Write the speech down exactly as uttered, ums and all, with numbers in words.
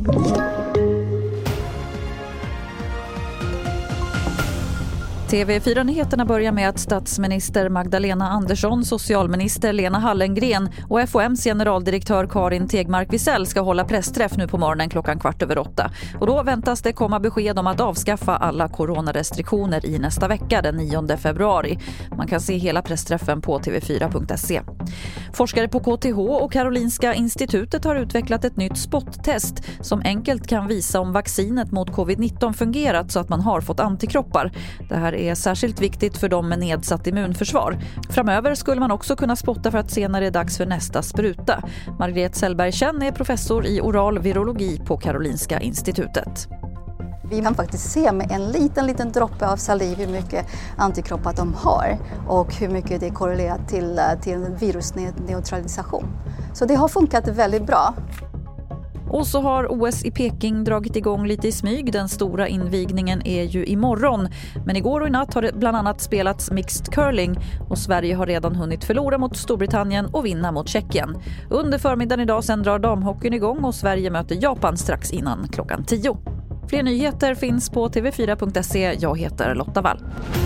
T V fyra-nyheterna börjar med att statsminister Magdalena Andersson, socialminister Lena Hallengren och F O M:s generaldirektör Karin Tegmark Wisell ska hålla pressträff nu på morgonen klockan kvart över åtta. Och då väntas det komma besked om att avskaffa alla coronarestriktioner i nästa vecka den nionde februari. Man kan se hela pressträffen på t v fyra punkt se. Forskare på K T H och Karolinska institutet har utvecklat ett nytt spottest som enkelt kan visa om vaccinet mot covid nitton fungerat så att man har fått antikroppar. Det här är särskilt viktigt för dem med nedsatt immunförsvar. Framöver skulle man också kunna spotta för att se när det är dags för nästa spruta. Margret Sellberg-Känn är professor i oral virologi på Karolinska institutet. Vi kan faktiskt se med en liten, liten droppe av saliv hur mycket antikroppar de har och hur mycket det korrelerar till, till virusneutralisation. Så det har funkat väldigt bra. Och så har O S i Peking dragit igång lite i smyg. Den stora invigningen är ju imorgon. Men igår och i natt har det bland annat spelats mixed curling. Och Sverige har redan hunnit förlora mot Storbritannien och vinna mot Tjeckien. Under förmiddagen idag sen drar damhockeyn igång och Sverige möter Japan strax innan klockan tio. Fler nyheter finns på t v fyra punkt se. Jag heter Lotta Wall.